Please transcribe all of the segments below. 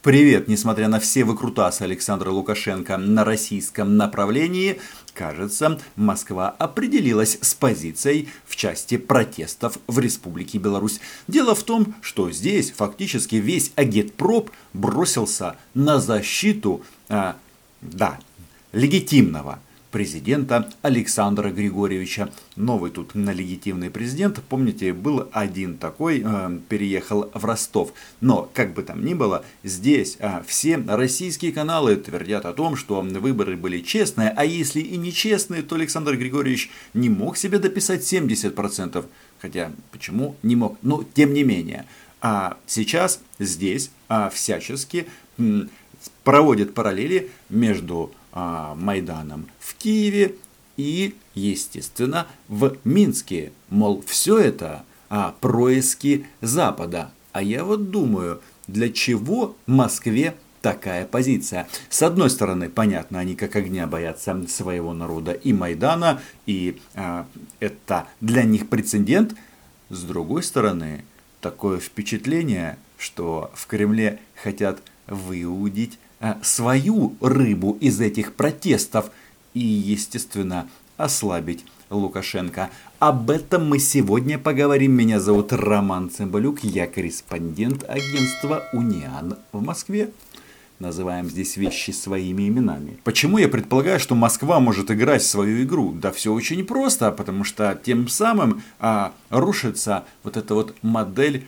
Привет, несмотря на все выкрутасы Александра Лукашенко на российском направлении, кажется, Москва определилась с позицией в части протестов в Республике Беларусь. Дело в том, что здесь фактически весь агитпроп бросился на защиту, легитимного президента Александра Григорьевича. Новый тут легитимный президент, помните, был один такой, переехал в Ростов. Но, как бы там ни было, здесь все российские каналы твердят о том, что выборы были честные, а если и нечестные, то Александр Григорьевич не мог себе дописать 70%. Хотя, почему не мог? Но, тем не менее. А сейчас здесь всячески проводят параллели между Майданом в Киеве и, естественно, в Минске. Мол, все это происки Запада. А я вот думаю, для чего Москве такая позиция? С одной стороны, понятно, они как огня боятся своего народа и Майдана, и это для них прецедент. С другой стороны, такое впечатление, что в Кремле хотят выудить свою рыбу из этих протестов и, естественно, ослабить Лукашенко. Об этом мы сегодня поговорим. Меня зовут Роман Цымбалюк, я корреспондент агентства «Униан» в Москве. Называем здесь вещи своими именами. Почему я предполагаю, что Москва может играть свою игру? Да все очень просто, потому что тем самым рушится вот эта вот модель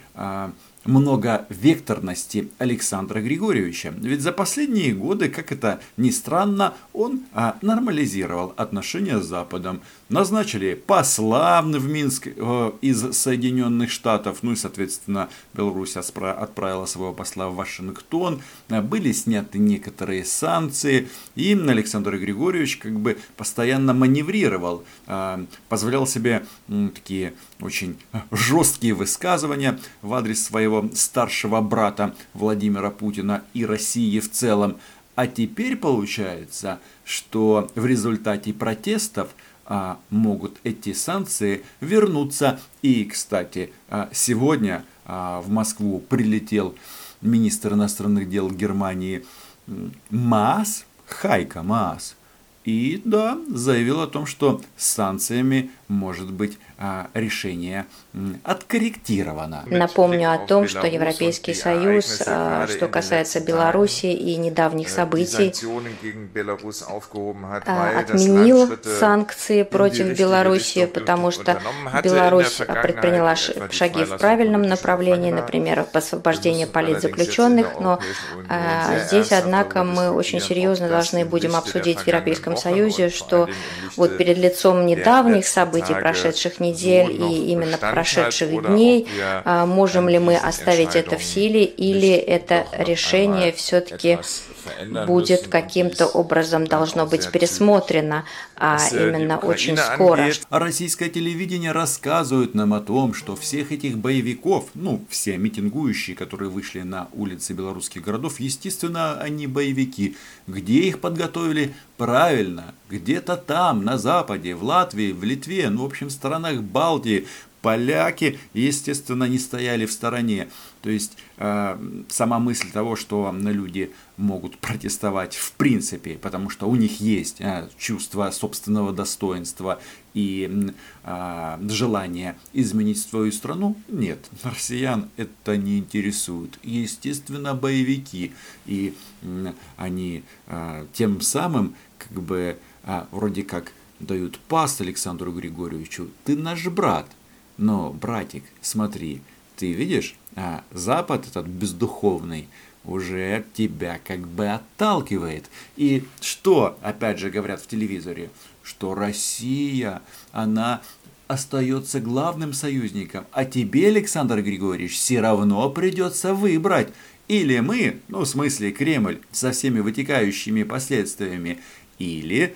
многовекторности Александра Григорьевича. Ведь за последние годы, как это ни странно, он нормализировал отношения с Западом. Назначили посла в Минск из Соединенных Штатов. Ну и, соответственно, Беларусь отправила своего посла в Вашингтон. Были сняты некоторые санкции. И Александр Григорьевич как бы постоянно маневрировал. Позволял себе такие очень жесткие высказывания в адрес своего старшего брата Владимира Путина и России в целом. А теперь получается, что в результате протестов могут эти санкции вернуться. И, кстати, сегодня в Москву прилетел министр иностранных дел Германии Маас, Хайко Маас. И да, заявил о том, что с санкциями может быть решение откорректировано. Напомню о том, что Европейский Союз, что касается Беларуси и недавних событий, отменил санкции против Беларуси, потому что Беларусь предприняла шаги в правильном направлении, например, освобождение политзаключенных, но здесь, однако, мы очень серьезно должны будем обсудить в Европейском Союзе, что вот перед лицом недавних событий, прошедших недель и именно прошедших дней, можем ли мы оставить это в силе или это решение все-таки будет каким-то образом должно быть пересмотрено, именно очень скоро. Российское телевидение рассказывает нам о том, что всех этих боевиков, все митингующие, которые вышли на улицы белорусских городов, естественно, они боевики. Где их подготовили? Правильно, где-то там, на Западе, в Латвии, в Литве, в общем, в странах Балтии. Поляки, естественно, не стояли в стороне. То есть сама мысль того, что люди могут протестовать в принципе, потому что у них есть чувство собственного достоинства и желание изменить свою страну, нет, россиян это не интересует. Естественно, боевики, и они тем самым вроде как дают пас Александру Григорьевичу: ты наш брат. Но, братик, смотри, ты видишь, Запад этот бездуховный уже тебя отталкивает. И что, опять же, говорят в телевизоре, что Россия, она остается главным союзником, а тебе, Александр Григорьевич, все равно придется выбрать. Или мы, в смысле Кремль, со всеми вытекающими последствиями, или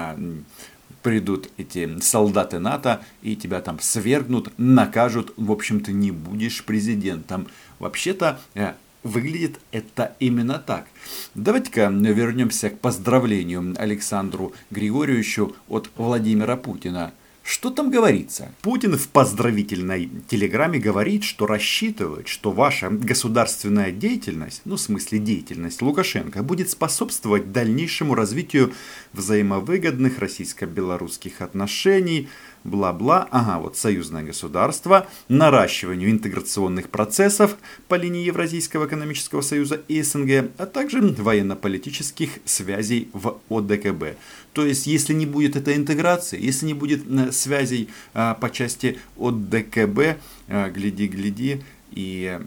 придут эти солдаты НАТО и тебя там свергнут, накажут, в общем-то не будешь президентом. Вообще-то выглядит это именно так. Давайте-ка вернемся к поздравлению Александру Григорьевичу от Владимира Путина. Что там говорится? Путин в поздравительной телеграмме говорит, что рассчитывает, что ваша государственная деятельность, в смысле деятельность Лукашенко, будет способствовать дальнейшему развитию взаимовыгодных российско-белорусских отношений, бла-бла, союзное государство, наращиванию интеграционных процессов по линии Евразийского экономического союза и СНГ, а также военно-политических связей в ОДКБ. То есть, если не будет этой интеграции, если не будет связей по части ОДКБ, гляди, и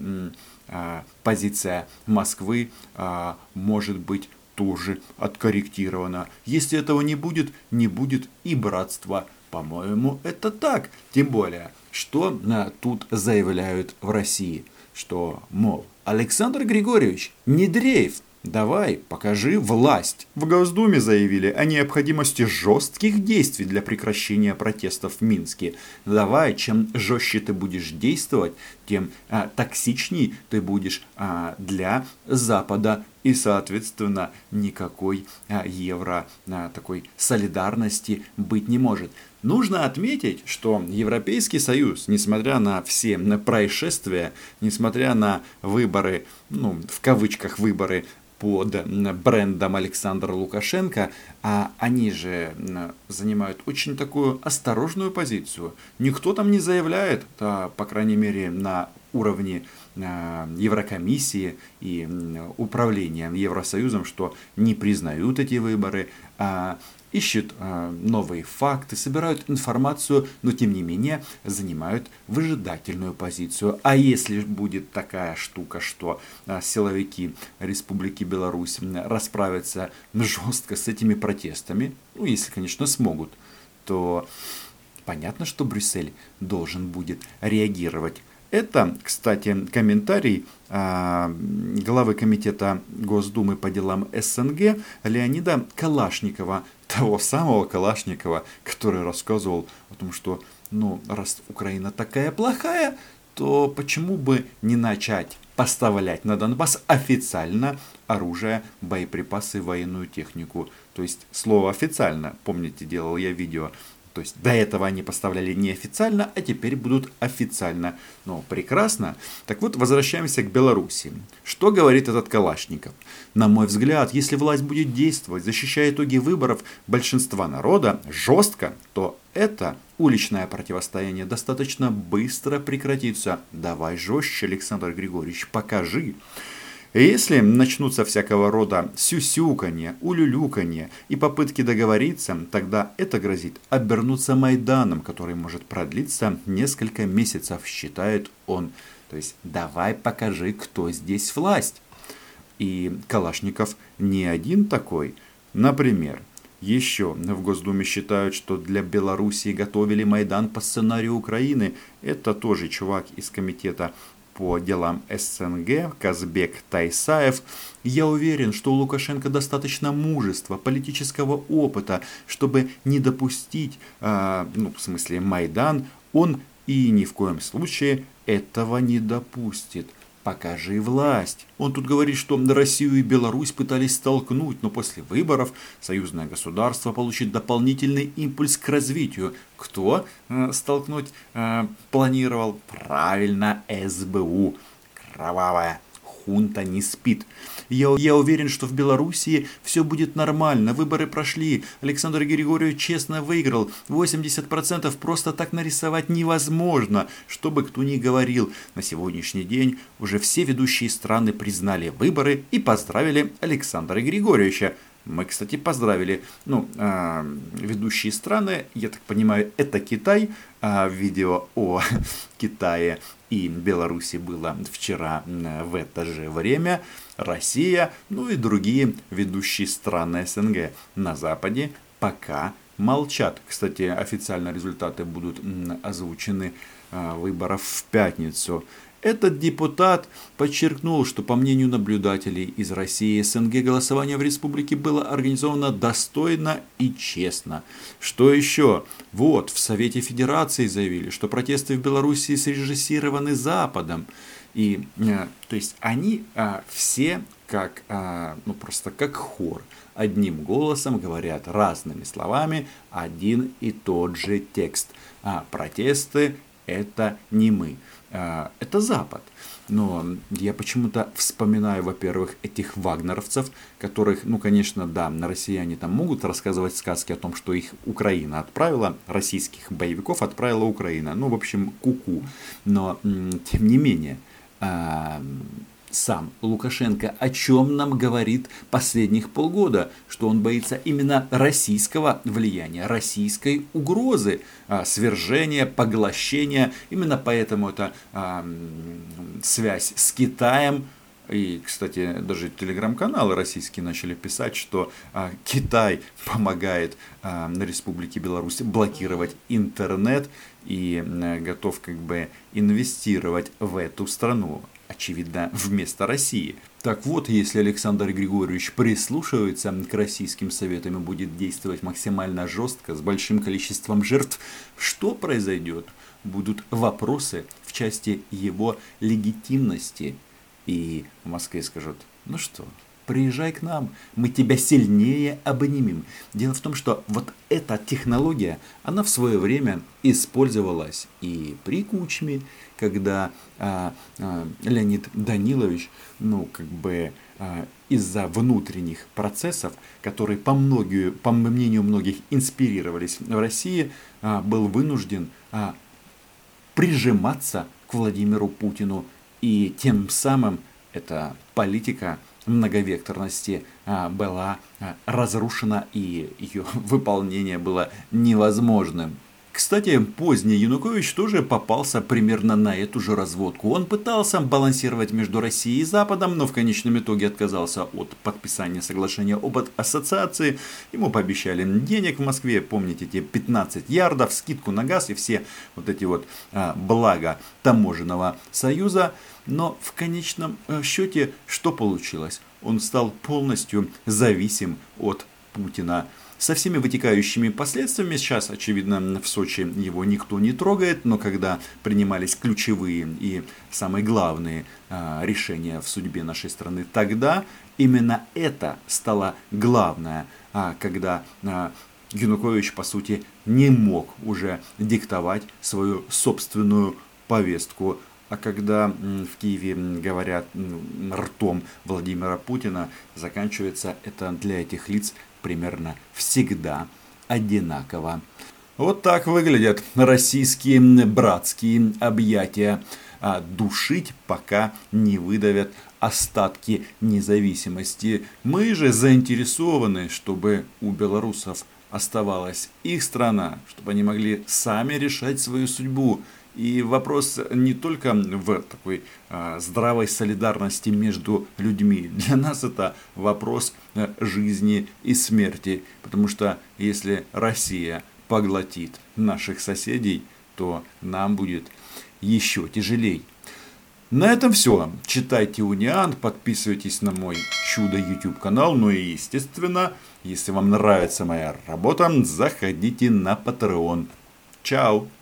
позиция Москвы может быть тоже откорректирована. Если этого не будет и братства. По-моему, это так. Тем более, что тут заявляют в России, что, мол, Александр Григорьевич, не дрейф, давай, покажи власть. В Госдуме заявили о необходимости жестких действий для прекращения протестов в Минске. Давай, чем жестче ты будешь действовать, тем токсичней ты будешь для Запада. И, соответственно, никакой такой солидарности быть не может. Нужно отметить, что Европейский Союз, несмотря на все происшествия, несмотря на выборы, в кавычках выборы под брендом Александра Лукашенко, они же занимают очень такую осторожную позицию. Никто там не заявляет, по крайней мере, на уровне Еврокомиссии и управления Евросоюзом, что не признают эти выборы, ищут новые факты, собирают информацию, но тем не менее занимают выжидательную позицию. А если будет такая штука, что силовики Республики Беларусь расправятся жестко с этими протестами, если, конечно, смогут, то понятно, что Брюссель должен будет реагировать. Это, кстати, комментарий главы комитета Госдумы по делам СНГ Леонида Калашникова, того самого Калашникова, который рассказывал о том, что, раз Украина такая плохая, то почему бы не начать поставлять на Донбасс официально оружие, боеприпасы, военную технику. То есть слово официально, помните, делал я видео. То есть до этого они поставляли неофициально, а теперь будут официально. Прекрасно. Так вот, возвращаемся к Беларуси. Что говорит этот Калашников? На мой взгляд, если власть будет действовать, защищая итоги выборов большинства народа жестко, то это уличное противостояние достаточно быстро прекратится. Давай жестче, Александр Григорьевич, покажи. Если начнутся всякого рода сюсюканье, улюлюканье и попытки договориться, тогда это грозит обернуться Майданом, который может продлиться несколько месяцев, считает он. То есть давай покажи, кто здесь власть. И Калашников не один такой. Например, еще в Госдуме считают, что для Белоруссии готовили Майдан по сценарию Украины. Это тоже чувак из комитета по делам СНГ Казбек Тайсаев. Я уверен, что у Лукашенко достаточно мужества, политического опыта, чтобы не допустить, Майдан, он и ни в коем случае этого не допустит. Покажи власть. Он тут говорит, что Россию и Беларусь пытались столкнуть, но после выборов союзное государство получит дополнительный импульс к развитию. Кто столкнуть планировал? Правильно, СБУ. Кровавая хунта не спит. Я уверен, что в Белоруссии все будет нормально. Выборы прошли. Александр Григорьевич честно выиграл. 80% просто так нарисовать невозможно. Что бы кто ни говорил, на сегодняшний день уже все ведущие страны признали выборы и поздравили Александра Григорьевича. Мы, кстати, поздравили, ведущие страны, я так понимаю, это Китай. Видео о Китае и Беларуси было вчера в это же время. Россия, и другие ведущие страны СНГ на Западе пока молчат. Кстати, официально результаты будут озвучены выборов в пятницу. Этот депутат подчеркнул, что, по мнению наблюдателей из России и СНГ, голосование в республике было организовано достойно и честно. Что еще? В Совете Федерации заявили, что протесты в Белоруссии срежиссированы Западом. И то есть они все как, ну просто как хор, одним голосом говорят разными словами один и тот же текст. Протесты – это не мы, это Запад. Но я почему-то вспоминаю, во-первых, этих вагнеровцев, которых, ну, конечно, да, россияне там могут рассказывать сказки о том, что их Украина отправила, российских боевиков отправила Украина. Ну, в общем, куку. Но, тем не менее, сам Лукашенко о чем нам говорит последних полгода, что он боится именно российского влияния, российской угрозы, свержения, поглощения. Именно поэтому эта связь с Китаем. И, кстати, даже телеграм-каналы российские начали писать, что Китай помогает Республике Беларусь блокировать интернет и готов как бы инвестировать в эту страну. Очевидно, вместо России. Так вот, если Александр Григорьевич прислушивается к российским советам и будет действовать максимально жестко, с большим количеством жертв, что произойдет? Будут вопросы в части его легитимности. И в Москве скажут, ну что, приезжай к нам, мы тебя сильнее обнимем. Дело в том, что вот эта технология, она в свое время использовалась и при Кучме, когда Леонид Данилович, ну, как бы из-за внутренних процессов, которые по мнению многих инспирировались в России, был вынужден прижиматься к Владимиру Путину. И тем самым эта политика многовекторности была разрушена, и ее выполнение было невозможным. Кстати, поздний Янукович тоже попался примерно на эту же разводку. Он пытался балансировать между Россией и Западом, но в конечном итоге отказался от подписания соглашения об ассоциации. Ему пообещали денег в Москве, помните, эти 15 ярдов, скидку на газ и все вот эти вот блага таможенного союза. Но в конечном счете что получилось? Он стал полностью зависим от Путина. Со всеми вытекающими последствиями. Сейчас, очевидно, в Сочи его никто не трогает, но когда принимались ключевые и самые главные решения в судьбе нашей страны, тогда именно это стало главное, когда Янукович, по сути, не мог уже диктовать свою собственную повестку. А когда в Киеве говорят ртом Владимира Путина, заканчивается это для этих лиц примерно всегда одинаково. Вот так выглядят российские братские объятия. Душить, пока не выдавят остатки независимости. Мы же заинтересованы, чтобы у белорусов оставалась их страна, чтобы они могли сами решать свою судьбу. И вопрос не только в такой здравой солидарности между людьми. Для нас это вопрос жизни и смерти. Потому что если Россия поглотит наших соседей, то нам будет еще тяжелей. На этом все. Читайте Униан, подписывайтесь на мой чудо YouTube канал. Ну и естественно, если вам нравится моя работа, заходите на Patreon. Чао!